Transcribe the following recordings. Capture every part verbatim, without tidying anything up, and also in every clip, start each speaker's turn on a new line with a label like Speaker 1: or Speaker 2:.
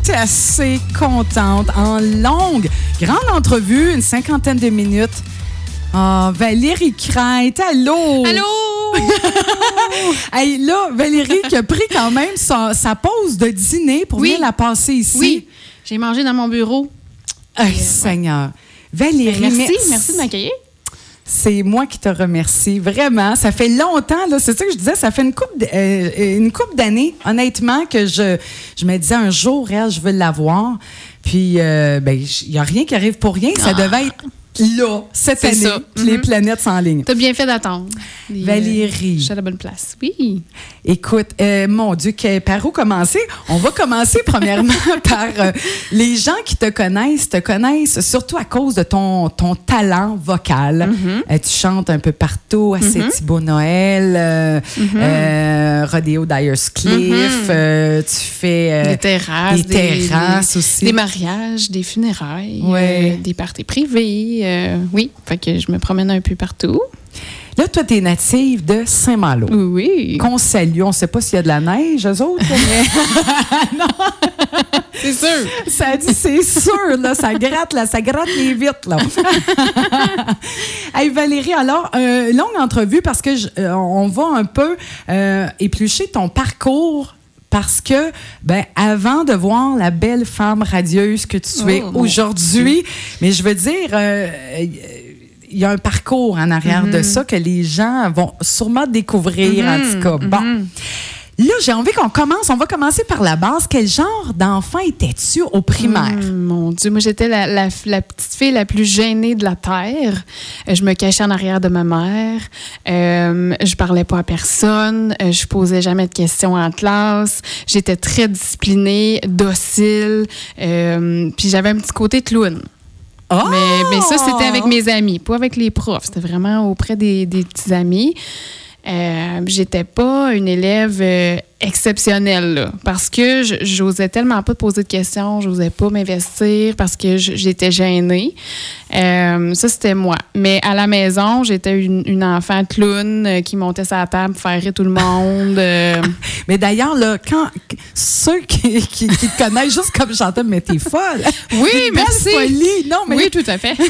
Speaker 1: est assez contente. En longue, grande entrevue, une cinquantaine de minutes. Ah, Valérie Crête, allô?
Speaker 2: Allô?
Speaker 1: Hey, là, Valérie qui a pris quand même sa, sa pause de dîner pour
Speaker 2: oui.
Speaker 1: venir la passer ici.
Speaker 2: Oui, j'ai mangé dans mon bureau.
Speaker 1: Hey, euh, Seigneur. Valérie,
Speaker 2: merci,
Speaker 1: merci.
Speaker 2: merci de m'accueillir.
Speaker 1: C'est moi qui te remercie, vraiment. Ça fait longtemps, là, c'est ça que je disais, ça fait une couple, euh, une couple d'années, honnêtement, que je, je me disais un jour, elle, je veux l'avoir. Puis, euh, ben, il n'y a rien qui arrive pour rien. Ça ah. devait être là, cette année,
Speaker 2: ça.
Speaker 1: les
Speaker 2: mm-hmm.
Speaker 1: planètes s'enlignent.
Speaker 2: T'as bien fait d'attendre. Les,
Speaker 1: Valérie.
Speaker 2: Euh, je suis à la bonne place. Oui.
Speaker 1: Écoute, euh, mon Dieu, que, par où commencer? On va commencer premièrement par euh, les gens qui te connaissent, te connaissent surtout à cause de ton, ton talent vocal. Mm-hmm. Euh, tu chantes un peu partout, à mm-hmm. Thibault Noël, euh, mm-hmm. euh, Rodeo Dyers Cliff, mm-hmm. euh, tu fais... Euh,
Speaker 2: des terrasses.
Speaker 1: Des terrasses
Speaker 2: des,
Speaker 1: aussi.
Speaker 2: Des mariages, des funérailles,
Speaker 1: ouais.
Speaker 2: euh, des parties privées. Euh, oui, fait que je me promène un peu partout.
Speaker 1: Là, toi, tu es native de Saint-Malo.
Speaker 2: Oui.
Speaker 1: Qu'on salue. On ne sait pas s'il y a de la neige, eux autres. Mais... non.
Speaker 2: C'est sûr.
Speaker 1: Ça dit, c'est sûr. Là, ça gratte, là, ça gratte les vitres. Là. Hey, Valérie, alors, euh, longue entrevue parce que je, euh, on va un peu euh, éplucher ton parcours. Parce que, ben, avant de voir la belle femme radieuse que tu es oh, aujourd'hui, mais je veux dire, euh, il y a un parcours en arrière mm-hmm. de ça que les gens vont sûrement découvrir, mm-hmm. en tout cas. Bon. Mm-hmm. Là, j'ai envie qu'on commence. On va commencer par la base. Quel genre d'enfant étais-tu au primaire?
Speaker 2: Mmh, mon Dieu, moi, j'étais la, la, la petite fille la plus gênée de la Terre. Je me cachais en arrière de ma mère. Euh, je parlais pas à personne. Je posais jamais de questions en classe. J'étais très disciplinée, docile. Euh, puis j'avais un petit côté clown.
Speaker 1: Oh!
Speaker 2: Mais, mais ça, c'était avec mes amis, pas avec les profs. C'était vraiment auprès des, des petits amis. Euh, j'étais pas une élève euh, exceptionnelle, là, parce que je, j'osais tellement pas te poser de questions, j'osais pas m'investir parce que je, j'étais gênée. Euh, ça, c'était moi. Mais à la maison, j'étais une, une enfant clown euh, qui montait sur la table pour faire rire tout le monde. Euh...
Speaker 1: Mais d'ailleurs, là, quand ceux qui, qui, qui te connaissent juste comme j'entends, mais t'es folle.
Speaker 2: Oui,
Speaker 1: une
Speaker 2: merci.
Speaker 1: Belle folie. Non, mais...
Speaker 2: Oui, tout à fait.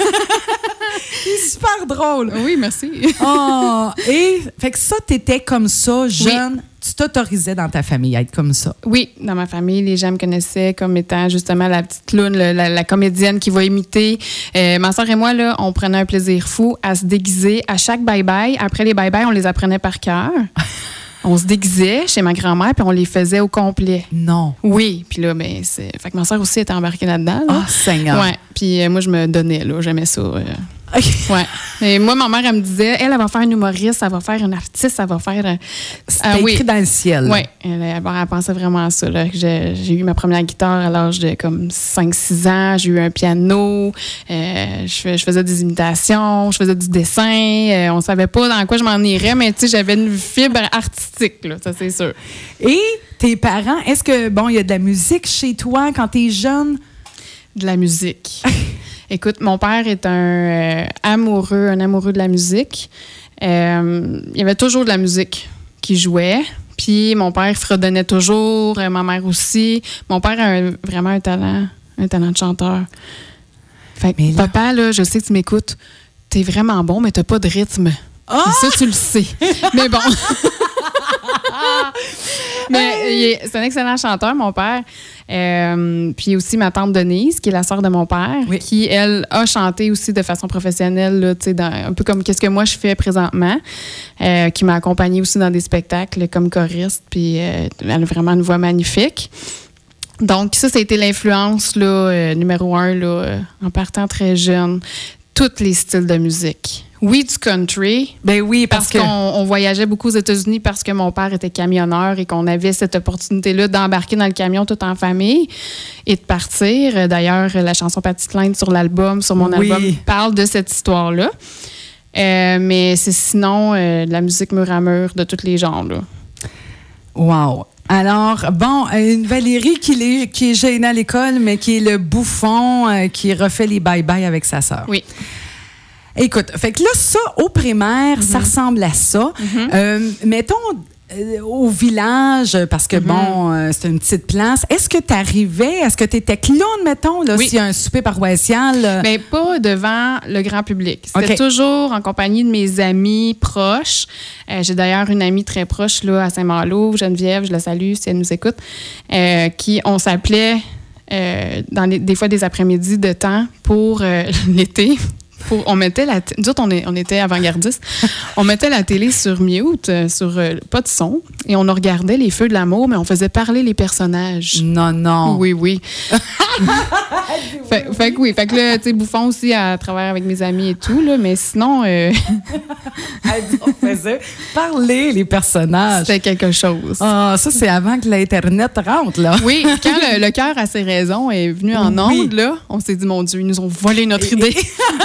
Speaker 1: Il est super drôle.
Speaker 2: Oui, merci.
Speaker 1: Oh, et fait que ça, t'étais comme ça, jeune. Oui. Tu t'autorisais dans ta famille à être comme ça?
Speaker 2: Oui, dans ma famille, les gens me connaissaient comme étant justement la petite clown, la, la, la comédienne qui va imiter. Euh, ma soeur et moi, là, on prenait un plaisir fou à se déguiser à chaque bye-bye. Après les bye-bye, on les apprenait par cœur. On se déguisait chez ma grand-mère puis on les faisait au complet.
Speaker 1: Non.
Speaker 2: Oui, puis là, ben, c'est... Fait que ma soeur aussi était embarquée là-dedans.
Speaker 1: Ah, là. Oh, Seigneur.
Speaker 2: Ouais, puis euh, moi, je me donnais, là, j'aimais ça. Euh...
Speaker 1: Okay.
Speaker 2: Ouais. Et moi, ma mère, elle me disait, elle, elle va faire une humoriste, elle va faire une artiste, elle va faire... Euh,
Speaker 1: C'était euh, oui. écrit dans le ciel.
Speaker 2: Oui, elle, elle, elle pensait vraiment à ça. Là. J'ai, j'ai eu ma première guitare à l'âge de comme cinq six ans, j'ai eu un piano, euh, je, je faisais des imitations, je faisais du dessin, euh, on savait pas dans quoi je m'en irais, mais tu sais, j'avais une fibre artistique, là, ça c'est sûr.
Speaker 1: Et tes parents, est-ce que, bon, il y a de la musique chez toi quand t'es jeune?
Speaker 2: De la musique. Écoute, mon père est un euh, amoureux, un amoureux de la musique. Euh, il y avait toujours de la musique qui jouait. Puis mon père fredonnait toujours, euh, ma mère aussi. Mon père a un, vraiment un talent, un talent de chanteur. Fait que, là... papa, là, je sais que tu m'écoutes. T'es vraiment bon, mais t'as pas de rythme. Oh! Ça, tu le sais. Mais bon. Mais il est, c'est un excellent chanteur, mon père. Euh, puis aussi ma tante Denise, qui est la sœur de mon père, oui. qui, elle, a chanté aussi de façon professionnelle, là, dans, un peu comme qu'est-ce que moi je fais présentement, euh, qui m'a accompagnée aussi dans des spectacles comme choriste. Puis euh, elle a vraiment une voix magnifique. Donc ça, ça a été l'influence là, euh, numéro un là, euh, en partant très jeune. Tous les styles de musique. Oui, du country.
Speaker 1: Ben oui, parce,
Speaker 2: parce
Speaker 1: que...
Speaker 2: qu'on on voyageait beaucoup aux États-Unis parce que mon père était camionneur et qu'on avait cette opportunité-là d'embarquer dans le camion tout en famille et de partir. D'ailleurs, la chanson Patty Klein sur l'album, sur mon oui. album, parle de cette histoire-là. Euh, mais c'est sinon euh, de la musique mur à mur de tous les genres, là.
Speaker 1: Wow! Alors, bon, une Valérie qui est, qui est gênée à l'école, mais qui est le bouffon euh, qui refait les bye-bye avec sa sœur.
Speaker 2: Oui.
Speaker 1: Écoute, fait que là, ça, au primaire, mm-hmm. ça ressemble à ça. Mm-hmm. Euh, mettons, euh, au village, parce que, mm-hmm. bon, euh, c'est une petite place. Est-ce que tu arrivais, est-ce que tu étais clown, mettons, là, oui. s'il y a un souper paroissial? Euh...
Speaker 2: Bien, pas devant le grand public. C'était okay. toujours en compagnie de mes amis proches. Euh, j'ai d'ailleurs une amie très proche là, à Saint-Malo, Geneviève, je la salue si elle nous écoute, euh, qui, on s'appelait euh, dans les, des fois des après-midi de temps pour euh, l'été. Pour, on mettait la t- nous autres, on, est, on était avant-gardistes. On mettait la télé sur mute, euh, sur euh, pas de son, et on regardait les feux de l'amour, mais on faisait parler les personnages.
Speaker 1: Non, non.
Speaker 2: Oui, oui. fait, fait que oui, fait que là, tu sais, Bouffon aussi à travers avec mes amis et tout, là, mais sinon... Euh...
Speaker 1: on faisait parler les personnages.
Speaker 2: C'était quelque chose.
Speaker 1: Ah, ça, c'est avant que l'Internet rentre, là.
Speaker 2: Oui, quand le, le cœur à ses raisons est venu en oui. onde, là, on s'est dit, mon Dieu, ils nous ont volé notre et, idée.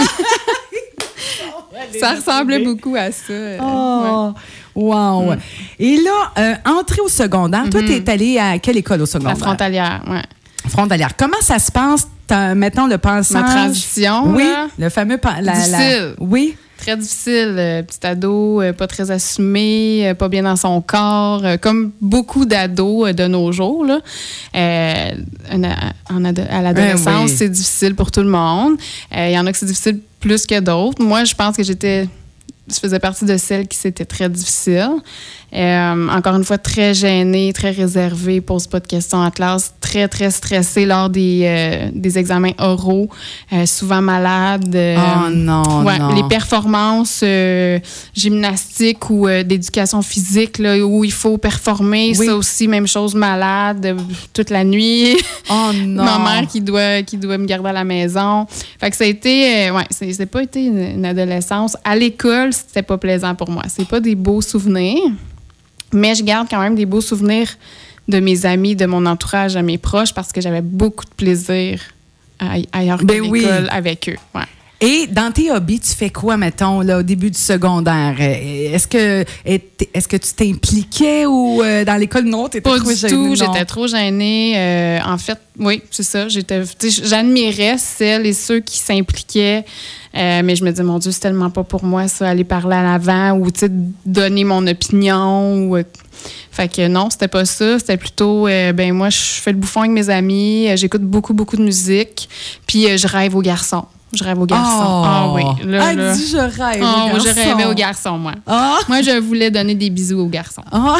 Speaker 2: Ça ressemblait beaucoup à ça.
Speaker 1: Oh, ouais. Wow. Mm. Et là, euh, entrée au secondaire, mm-hmm. toi, tu es allée à quelle école au secondaire?
Speaker 2: La Frontalière, oui.
Speaker 1: Frontalière. Comment ça se passe, mettons, le passage?
Speaker 2: Ma transition,
Speaker 1: oui,
Speaker 2: là,
Speaker 1: le fameux... Pa- la,
Speaker 2: difficile.
Speaker 1: La, oui.
Speaker 2: Très difficile. Euh, petit ado, euh, pas très assumé, euh, pas bien dans son corps, euh, comme beaucoup d'ados euh, de nos jours. Là. Euh, en ado- à l'adolescence, ben oui. c'est difficile pour tout le monde. Il euh, y en a que c'est difficile plus que d'autres. Moi, je pense que j'étais... Je faisais partie de celles qui c'était très difficile. Euh, encore une fois, très gênée, très réservée, pose pas de questions en classe, très, très stressée lors des, euh, des examens oraux, euh, souvent malade. Euh,
Speaker 1: oh non,
Speaker 2: ouais,
Speaker 1: non.
Speaker 2: Les performances euh, gymnastiques ou euh, d'éducation physique, là, où il faut performer, oui. ça aussi, même chose, malade, euh, toute la nuit.
Speaker 1: Oh non!
Speaker 2: Ma mère qui doit, qui doit me garder à la maison. Fait que ça a été, euh, ouais, c'est, c'est pas été une, une adolescence. À l'école, c'était pas plaisant pour moi. C'est pas des beaux souvenirs. Mais je garde quand même des beaux souvenirs de mes amis, de mon entourage, de mes proches, parce que j'avais beaucoup de plaisir ailleurs que ben l'école oui. avec eux. Ouais.
Speaker 1: Et dans tes hobbies, tu fais quoi, mettons, là, au début du secondaire? Est-ce que, est-ce que tu t'impliquais ou euh, dans l'école, non, tu étais
Speaker 2: trop
Speaker 1: gênée?
Speaker 2: Pas du tout, j'étais trop gênée. Euh, en fait, oui, c'est ça. J'étais, j'admirais celles et ceux qui s'impliquaient, euh, mais je me disais, mon Dieu, c'est tellement pas pour moi, ça, aller parler à l'avant ou, tu sais, donner mon opinion. Ou, euh, fait que non, c'était pas ça. C'était plutôt, euh, ben moi, je fais le bouffon avec mes amis, euh, j'écoute beaucoup, beaucoup de musique, puis euh, je rêve aux garçons. Je rêve aux garçons. Ah
Speaker 1: oh.
Speaker 2: oui. Là,
Speaker 1: ah,
Speaker 2: là.
Speaker 1: dis je rêve
Speaker 2: oh,
Speaker 1: aux garçons.
Speaker 2: Je rêvais aux garçons, moi. Oh. Moi, je voulais donner des bisous aux garçons.
Speaker 1: Oh.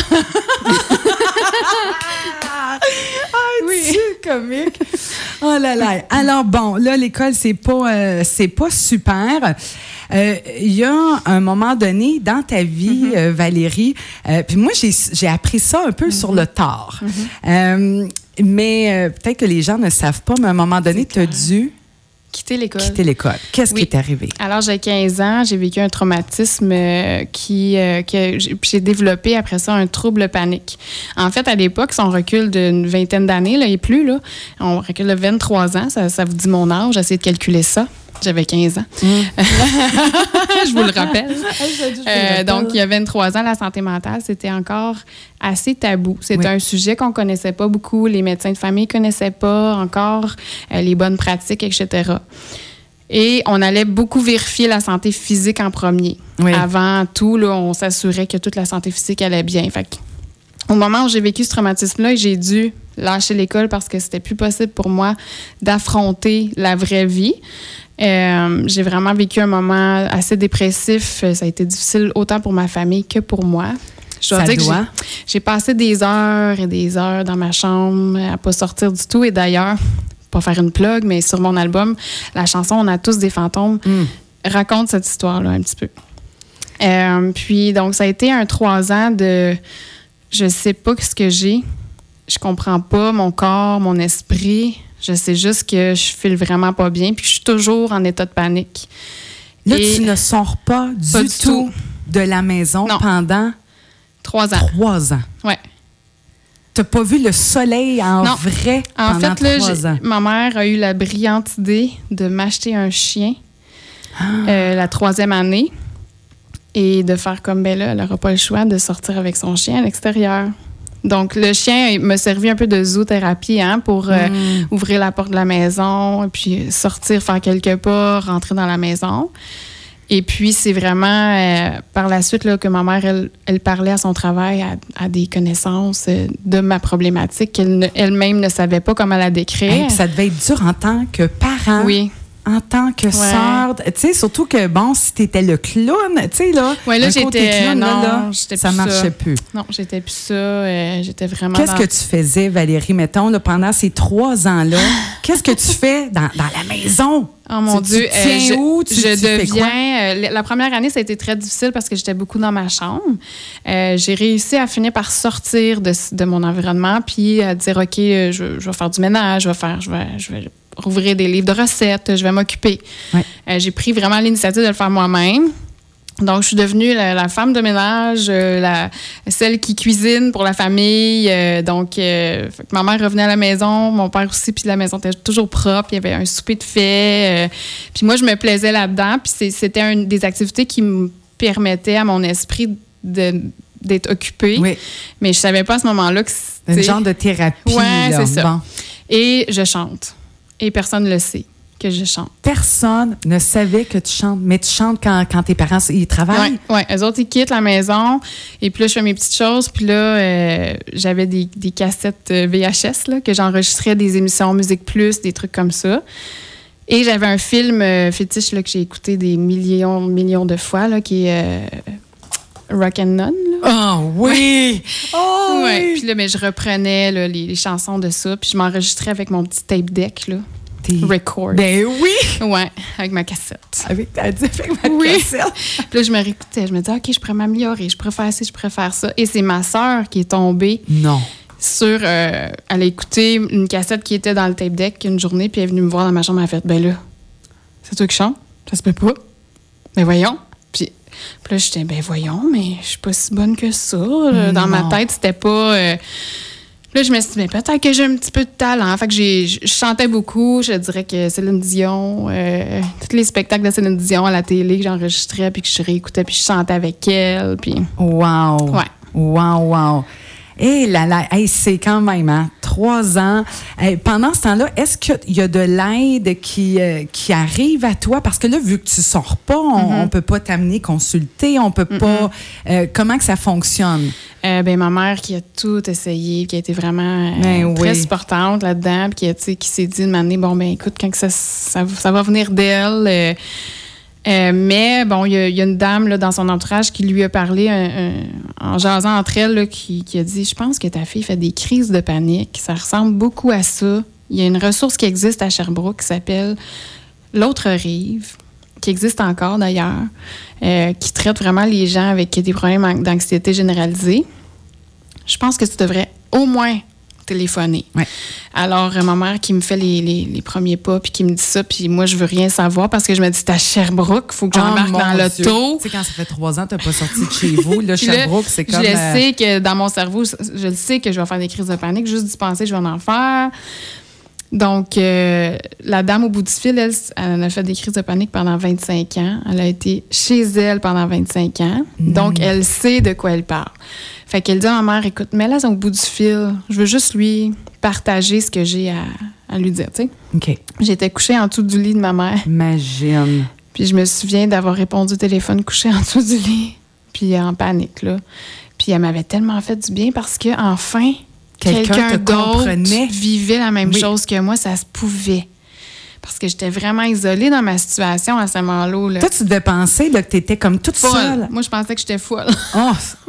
Speaker 1: ah, oui. C'est comique. Oh là là. Alors bon, là, l'école, c'est pas, euh, c'est pas super. Il euh, y a un moment donné dans ta vie, mm-hmm. euh, Valérie, euh, puis moi, j'ai, j'ai appris ça un peu mm-hmm. sur le tard. Mm-hmm. Euh, mais euh, peut-être que les gens ne savent pas, mais à un moment donné, tu as dû...
Speaker 2: Quitter l'école.
Speaker 1: Quitter l'école. Qu'est-ce oui. qui est arrivé?
Speaker 2: Alors, j'ai quinze ans, j'ai vécu un traumatisme euh, qui, euh, que j'ai, j'ai développé après ça un trouble panique. En fait, à l'époque, si on recule d'une vingtaine d'années, là, et plus, là, on recule de vingt-trois ans, ça, ça vous dit mon âge, j'ai essayé de calculer ça. J'avais quinze ans. Mm. Je vous le rappelle. euh, donc, il y a vingt-trois ans, la santé mentale, c'était encore assez tabou. C'était oui. un sujet qu'on ne connaissait pas beaucoup. Les médecins de famille ne connaissaient pas encore euh, les bonnes pratiques, et cetera. Et on allait beaucoup vérifier la santé physique en premier. Oui. Avant tout, là, on s'assurait que toute la santé physique allait bien. Fait que, au moment où j'ai vécu ce traumatisme-là, j'ai dû lâcher l'école parce que c'était plus possible pour moi d'affronter la vraie vie. Euh, j'ai vraiment vécu un moment assez dépressif. Ça a été difficile autant pour ma famille que pour moi. Je dois
Speaker 1: Ça
Speaker 2: dire
Speaker 1: doit.
Speaker 2: que j'ai, j'ai passé des heures et des heures dans ma chambre à pas sortir du tout. Et d'ailleurs, pas faire une plug, mais sur mon album, la chanson « On a tous des fantômes mm. » raconte cette histoire-là un petit peu. Euh, puis, donc, ça a été un trois ans de... Je sais pas ce que j'ai. Je comprends pas mon corps, mon esprit. Je sais juste que je file vraiment pas bien puis que je suis toujours en état de panique.
Speaker 1: Là, Et tu ne sors pas du, pas du tout, tout de la maison non. pendant...
Speaker 2: Trois ans.
Speaker 1: Trois ans.
Speaker 2: Ouais.
Speaker 1: Tu n'as pas vu le soleil en
Speaker 2: non.
Speaker 1: vrai
Speaker 2: en
Speaker 1: pendant
Speaker 2: fait,
Speaker 1: trois
Speaker 2: là,
Speaker 1: ans?
Speaker 2: Ma mère a eu la brillante idée de m'acheter un chien ah. euh, la troisième année et de faire comme, ben là, elle n'aura pas le choix de sortir avec son chien à l'extérieur. Donc, le chien m'a servi un peu de zoothérapie hein, pour euh, mm. ouvrir la porte de la maison, puis sortir, faire quelques pas, rentrer dans la maison. Et puis, c'est vraiment euh, par la suite là, que ma mère, elle, elle parlait à son travail, à, à des connaissances euh, de ma problématique qu'elle ne, elle-même ne savait pas comment la décrire.
Speaker 1: Hey, ça devait être dur en tant que parent.
Speaker 2: Oui.
Speaker 1: En tant que ouais. sœur, tu sais, surtout que, bon, si t'étais le clown, tu sais, là,
Speaker 2: ouais, là, j'étais,
Speaker 1: clown,
Speaker 2: non,
Speaker 1: là, là,
Speaker 2: j'étais
Speaker 1: ça
Speaker 2: plus
Speaker 1: marchait
Speaker 2: ça.
Speaker 1: plus.
Speaker 2: Non, j'étais plus ça. Euh, j'étais vraiment
Speaker 1: Qu'est-ce
Speaker 2: dans...
Speaker 1: que tu faisais, Valérie, mettons, là, pendant ces trois ans-là? Qu'est-ce que tu fais dans, dans la maison?
Speaker 2: Oh mon
Speaker 1: tu,
Speaker 2: Dieu,
Speaker 1: tu tiens
Speaker 2: euh, je,
Speaker 1: où? Tu,
Speaker 2: je
Speaker 1: tu
Speaker 2: deviens... Euh, la première année, ça a été très difficile parce que j'étais beaucoup dans ma chambre. Euh, j'ai réussi à finir par sortir de, de mon environnement puis à dire, OK, je, je vais faire du ménage, je vais faire... Je vais, je vais rouvrir des livres de recettes, je vais m'occuper.
Speaker 1: Ouais.
Speaker 2: Euh, j'ai pris vraiment l'initiative de le faire moi-même. Donc, je suis devenue la, la femme de ménage, euh, la, celle qui cuisine pour la famille. Euh, donc, euh, ma mère revenait à la maison, mon père aussi, puis la maison était toujours propre. Il y avait un souper de fait. Euh, puis moi, je me plaisais là-dedans. Puis c'est, c'était une des activités qui me permettaient à mon esprit de, d'être occupée.
Speaker 1: Oui.
Speaker 2: Mais je savais pas à ce moment-là que
Speaker 1: c'était... Une genre de thérapie.
Speaker 2: Ouais,
Speaker 1: là.
Speaker 2: c'est ça.
Speaker 1: Bon.
Speaker 2: Et je chante. Et personne ne le sait que je chante.
Speaker 1: Personne ne savait que tu chantes, mais tu chantes quand, quand tes parents ils travaillent?
Speaker 2: Oui, ouais. Eux autres, ils quittent la maison. Et puis là, je fais mes petites choses. Puis là, euh, j'avais des, des cassettes V H S là, que j'enregistrais des émissions Musique Plus, des trucs comme ça. Et j'avais un film euh, fétiche là, que j'ai écouté des millions, millions de fois, là, qui est euh, Rock and None.
Speaker 1: Ah oh, oui! Oh,
Speaker 2: ouais.
Speaker 1: oui!
Speaker 2: Puis là, mais je reprenais là, les, les chansons de ça. Puis je m'enregistrais avec mon petit tape deck, là.
Speaker 1: T'es...
Speaker 2: Record.
Speaker 1: Ben oui!
Speaker 2: Ouais, avec ma cassette.
Speaker 1: Avec, t'as dit avec ma
Speaker 2: oui.
Speaker 1: cassette?
Speaker 2: Puis là, je me réécoutais. Je me disais, OK, je pourrais m'améliorer. Je préfère ci, je préfère ça. Et c'est ma sœur qui est tombée.
Speaker 1: Non.
Speaker 2: Sur, euh, elle a écouté une cassette qui était dans le tape deck une journée, puis elle est venue me voir dans ma chambre. Elle a fait, ben là, c'est toi qui chante? Ça se peut pas. Ben voyons. Puis, puis là, j'étais, ben voyons, mais je suis pas si bonne que ça. Là. Dans ma tête, c'était pas. Euh... Là, je me suis dit, mais peut-être que j'ai un petit peu de talent. Fait que j'ai, je chantais beaucoup. Je dirais que Céline Dion, euh, tous les spectacles de Céline Dion à la télé que j'enregistrais, puis que je réécoutais, puis je chantais avec elle. Puis...
Speaker 1: Wow!
Speaker 2: Ouais.
Speaker 1: Wow, wow! Hé là là, hey, c'est quand même, hein, trois ans. Hey, pendant ce temps-là, est-ce qu'il y a de l'aide qui, euh, qui arrive à toi? Parce que là, vu que tu sors pas, on mm-hmm. ne peut pas t'amener consulter, on peut mm-hmm. pas... Euh, comment que ça fonctionne?
Speaker 2: Euh, ben, ma mère qui a tout essayé, qui a été vraiment euh,
Speaker 1: ben,
Speaker 2: très
Speaker 1: oui.
Speaker 2: supportante là-dedans, puis qui, a, qui s'est dit une année, bon, ben écoute, quand que ça, ça, ça va venir d'elle... Euh, Euh, mais bon, il y, y a une dame là, dans son entourage qui lui a parlé un, un, en jasant entre elles, là, qui, qui a dit, je pense que ta fille fait des crises de panique. Ça ressemble beaucoup à ça. Il y a une ressource qui existe à Sherbrooke qui s'appelle L'autre rive, qui existe encore d'ailleurs, euh, qui traite vraiment les gens avec des problèmes d'anxiété généralisée. Je pense que tu devrais au moins téléphoner.
Speaker 1: Ouais.
Speaker 2: Alors, euh, ma mère qui me fait les, les, les premiers pas, puis qui me dit ça, puis moi, je veux rien savoir parce que je me dis, c'est à Sherbrooke, il faut que j'embarque
Speaker 1: oh,
Speaker 2: dans l'auto.
Speaker 1: Tu sais, quand ça fait trois ans, tu n'as pas sorti de chez vous, là, Sherbrooke, c'est comme...
Speaker 2: Je le
Speaker 1: euh...
Speaker 2: sais que dans mon cerveau, je le sais que je vais faire des crises de panique, juste d'y penser, je vais en faire. Donc, euh, la dame au bout du fil, elle, elle a fait des crises de panique pendant vingt-cinq ans. Elle a été chez elle pendant vingt-cinq ans. Mmh. Donc, elle sait de quoi elle parle. Fait qu'elle dit à ma mère, écoute, mets-la au bout du fil. Je veux juste lui partager ce que j'ai à, à lui dire, tu sais.
Speaker 1: OK.
Speaker 2: J'étais couchée en dessous du lit de ma mère.
Speaker 1: Imagine.
Speaker 2: Puis je me souviens d'avoir répondu au téléphone couchée en dessous du lit. Puis en panique, là. Puis elle m'avait tellement fait du bien parce que enfin quelqu'un, quelqu'un d'autre comprenait. Vivait la même oui. chose que moi, ça se pouvait. Parce que j'étais vraiment isolée dans ma situation à ce moment-là. Là.
Speaker 1: Toi, tu devais penser là, que tu étais comme toute
Speaker 2: folle.
Speaker 1: seule.
Speaker 2: Moi, je pensais que j'étais folle.
Speaker 1: Oh.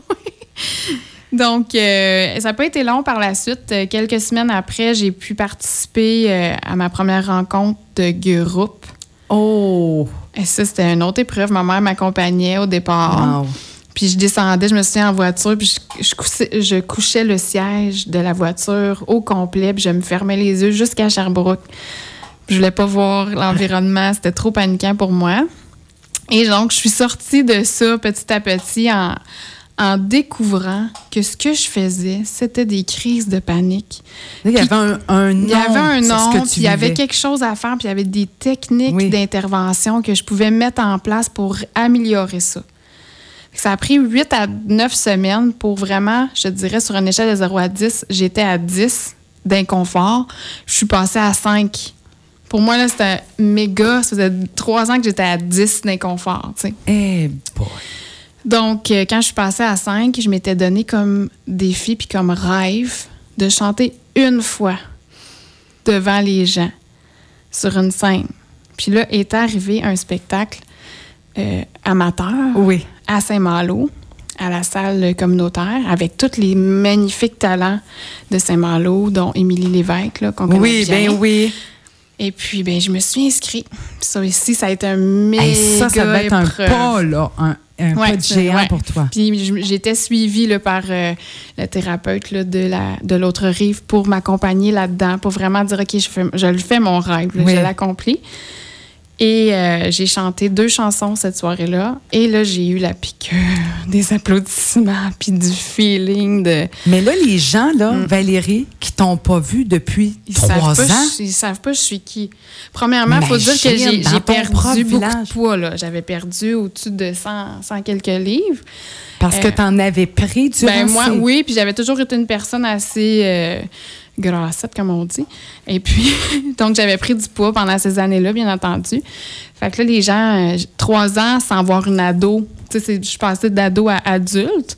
Speaker 2: Donc, euh, ça n'a pas été long par la suite. Quelques semaines après, j'ai pu participer euh, à ma première rencontre de groupe.
Speaker 1: Oh!
Speaker 2: Et ça, c'était une autre épreuve. Ma mère m'accompagnait au départ.
Speaker 1: Wow.
Speaker 2: Puis je descendais, je me souviens, en voiture, puis je, je, couchais, je couchais le siège de la voiture au complet, puis je me fermais les yeux jusqu'à Sherbrooke. Je voulais pas voir l'environnement, c'était trop paniquant pour moi. Et donc, je suis sortie de ça petit à petit en, en découvrant que ce que je faisais, c'était des crises de panique.
Speaker 1: Il y avait un, un nom.
Speaker 2: Il y avait un nom,
Speaker 1: puis
Speaker 2: il y avait quelque chose à faire, puis il y avait des techniques oui. d'intervention que je pouvais mettre en place pour améliorer ça. Ça a pris huit à neuf semaines pour vraiment, je dirais, sur une échelle de zéro à dix, j'étais à dix d'inconfort. Je suis passée à cinq Pour moi, là, c'était méga. Ça faisait trois ans que j'étais à dix d'inconfort, tu sais.
Speaker 1: Eh boy!
Speaker 2: Donc, euh, quand je suis passée à cinq, je m'étais donné comme défi puis comme rêve de chanter une fois devant les gens sur une scène. Puis là, est arrivé un spectacle euh, amateur
Speaker 1: oui.
Speaker 2: à Saint-Malo, à la salle communautaire, avec tous les magnifiques talents de Saint-Malo, dont Émilie Lévesque, là, qu'on connaît
Speaker 1: oui,
Speaker 2: bien.
Speaker 1: Oui, bien oui.
Speaker 2: Et puis, ben, je me suis inscrite. Ça aussi, ça a été un méga
Speaker 1: hey, Ça, ça va être
Speaker 2: épreuve.
Speaker 1: un pas, là, un, un ouais, pas de géant ouais. pour toi.
Speaker 2: Puis j'étais suivie là, par euh, le thérapeute là, de, la, de l'autre rive pour m'accompagner là-dedans, pour vraiment dire, OK, je, fais, je le fais mon rêve, là, oui. je l'accomplis. Et euh, j'ai chanté deux chansons cette soirée-là. Et là, j'ai eu la piqûre des applaudissements puis du feeling de...
Speaker 1: Mais là, les gens, là, mm. Valérie, qui t'ont pas vu depuis
Speaker 2: ils
Speaker 1: trois
Speaker 2: savent
Speaker 1: ans...
Speaker 2: Pas, ils savent pas je suis qui. Premièrement, il faut dire que j'ai, j'ai perdu beaucoup village. de poids. Là. J'avais perdu au-dessus de cent, cent quelques livres.
Speaker 1: Parce euh, que t'en avais pris durant
Speaker 2: ben moi,
Speaker 1: ces...
Speaker 2: oui, puis j'avais toujours été une personne assez... Euh, grassette, comme on dit. Et puis, donc, j'avais pris du poids pendant ces années-là, bien entendu. Fait que là, les gens, euh, trois ans sans voir une ado, tu sais, je passais d'ado à adulte,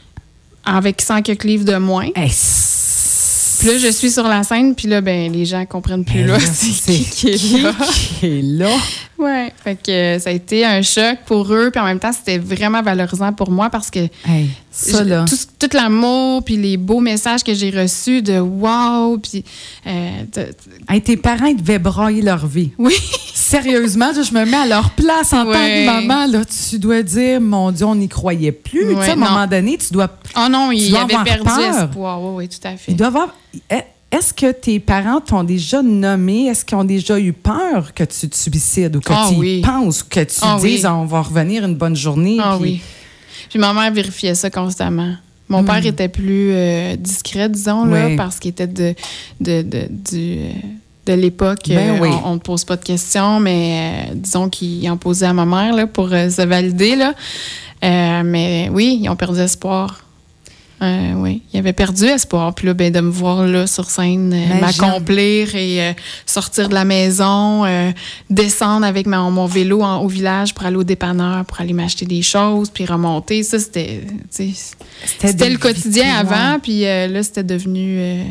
Speaker 2: avec cent quelques livres de moins.
Speaker 1: Hey,
Speaker 2: puis là, je suis sur la scène, puis là, ben les gens comprennent plus, là, c'est, c'est qui, qui est là.
Speaker 1: Qui est là.
Speaker 2: Ouais, fait que euh, ça a été un choc pour eux, puis en même temps, c'était vraiment valorisant pour moi parce que
Speaker 1: hey, ça, là.
Speaker 2: Tout, tout l'amour, puis les beaux messages que j'ai reçus de wow, puis... Euh,
Speaker 1: hey, tes parents, ils devaient brailler leur vie.
Speaker 2: Oui.
Speaker 1: Sérieusement, je me mets à leur place en ouais. tant que maman, là, tu dois dire, mon Dieu, on n'y croyait plus. Ouais, tu sais, à un moment donné, tu dois
Speaker 2: Oh non, ils avaient perdu
Speaker 1: peur.
Speaker 2: espoir. Oui, oui, tout à fait.
Speaker 1: Ils doivent avoir... Est-ce que tes parents t'ont déjà nommé? Est-ce qu'ils ont déjà eu peur que tu te suicides ou que
Speaker 2: oh,
Speaker 1: tu
Speaker 2: oui.
Speaker 1: penses, que tu
Speaker 2: oh,
Speaker 1: dises
Speaker 2: oui.
Speaker 1: on va revenir une bonne journée?
Speaker 2: Ah
Speaker 1: puis...
Speaker 2: oui. Puis ma mère vérifiait ça constamment. Mon
Speaker 1: mm.
Speaker 2: père était plus euh, discret, disons,
Speaker 1: oui.
Speaker 2: là, parce qu'il était de, de, de, du, de l'époque.
Speaker 1: Ben
Speaker 2: euh,
Speaker 1: oui.
Speaker 2: On ne pose pas de questions, mais euh, disons qu'il en posait à ma mère là, pour euh, se valider. Là. Euh, mais oui, ils ont perdu espoir. Euh, oui, il avait perdu espoir. Puis là, ben, de me voir là sur scène, euh, m'accomplir et euh, sortir de la maison, euh, descendre avec ma, mon vélo en, au village pour aller au dépanneur, pour aller m'acheter des choses, puis remonter. Ça, c'était, c'était, c'était le quotidien avant. Puis euh, là, c'était devenu euh,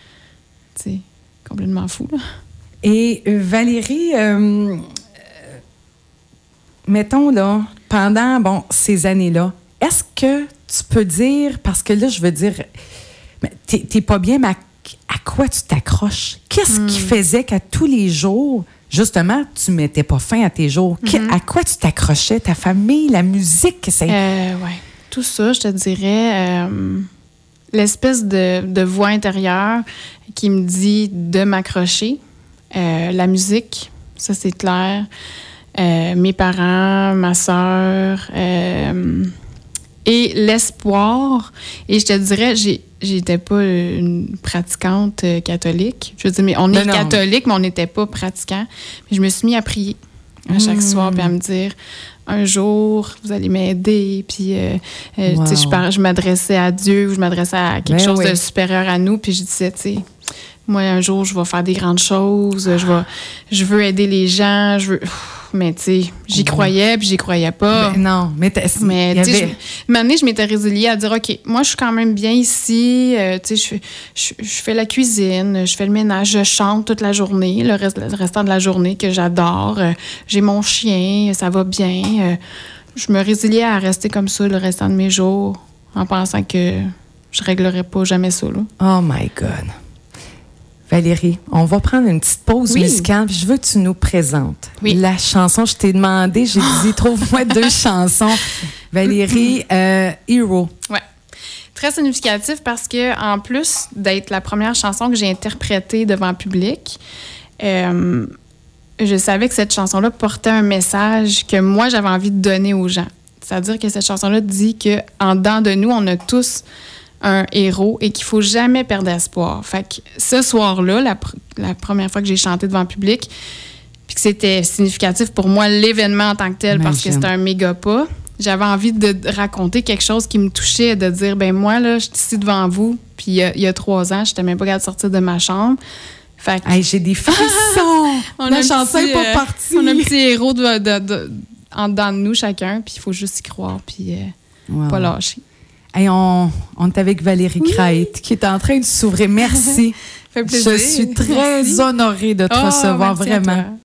Speaker 2: complètement fou. Là.
Speaker 1: Et euh, Valérie, euh, mettons, là, pendant bon, ces années-là, est-ce que tu peux dire, parce que là, je veux dire, t'es, t'es pas bien, mais à, à quoi tu t'accroches? Qu'est-ce mm. qui faisait qu'à tous les jours, justement, tu mettais pas fin à tes jours? Mm-hmm. À quoi tu t'accrochais? Ta famille, la musique? C'est...
Speaker 2: Euh, oui, tout ça, je te dirais, euh, l'espèce de, de voix intérieure qui me dit de m'accrocher. Euh, la musique, ça, c'est clair. Euh, mes parents, ma sœur... Euh, Et l'espoir, et je te dirais, j'ai, j'étais pas une pratiquante catholique. Je veux dire, mais on est catholique, mais on n'était pas pratiquant. Mais je me suis mis à prier à chaque mmh. soir, puis à me dire, un jour, vous allez m'aider. Puis, euh, euh, wow. tu sais, je, par, je m'adressais à Dieu, ou je m'adressais à quelque ben chose oui. de supérieur à nous, puis je disais, tu sais, moi, un jour, je vais faire des grandes choses, je vais, je veux aider les gens, je veux... Mais, tu sais, j'y mmh. croyais, puis j'y croyais pas.
Speaker 1: Ben non, mais...
Speaker 2: Mais, tu sais, avait... une année, je m'étais résiliée à dire, OK, moi, je suis quand même bien ici, euh, tu sais, je, je, je fais la cuisine, je fais le ménage, je chante toute la journée, le, reste, le restant de la journée que j'adore. Euh, j'ai mon chien, ça va bien. Euh, je me résiliais à rester comme ça le restant de mes jours, en pensant que je réglerais pas jamais ça, là.
Speaker 1: Oh my God! Valérie, on va prendre une petite pause oui. musicale. Je veux que tu nous présentes oui. la chanson. Je t'ai demandé, j'ai dit, trouve-moi deux chansons. Valérie, euh, Hero.
Speaker 2: Oui. Très significatif parce que, en plus d'être la première chanson que j'ai interprétée devant le public, euh, je savais que cette chanson-là portait un message que moi, j'avais envie de donner aux gens. C'est-à-dire que cette chanson-là dit qu'en dedans de nous, on a tous un héros et qu'il ne faut jamais perdre espoir. Fait que ce soir-là, la, pr- la première fois que j'ai chanté devant le public, puis que c'était significatif pour moi, l'événement en tant que tel, Imagine. Parce que c'était un méga pas, j'avais envie de raconter quelque chose qui me touchait, de dire, ben moi, là, je suis ici devant vous, puis il y, y a trois ans, je n'étais même pas capable de sortir de ma chambre. Fait que...
Speaker 1: hey, j'ai des frissons!
Speaker 2: on
Speaker 1: La chanson n'est pas
Speaker 2: euh,
Speaker 1: partie!
Speaker 2: On a un petit héros de, de, de, en dedans de nous, chacun, puis il faut juste y croire, puis euh, wow. pas lâcher.
Speaker 1: Hey, on, on est avec Valérie oui. Crête, qui est en train de s'ouvrir. Merci!
Speaker 2: Fait plaisir.
Speaker 1: Je suis très
Speaker 2: merci.
Speaker 1: honorée de te
Speaker 2: oh,
Speaker 1: recevoir, vraiment.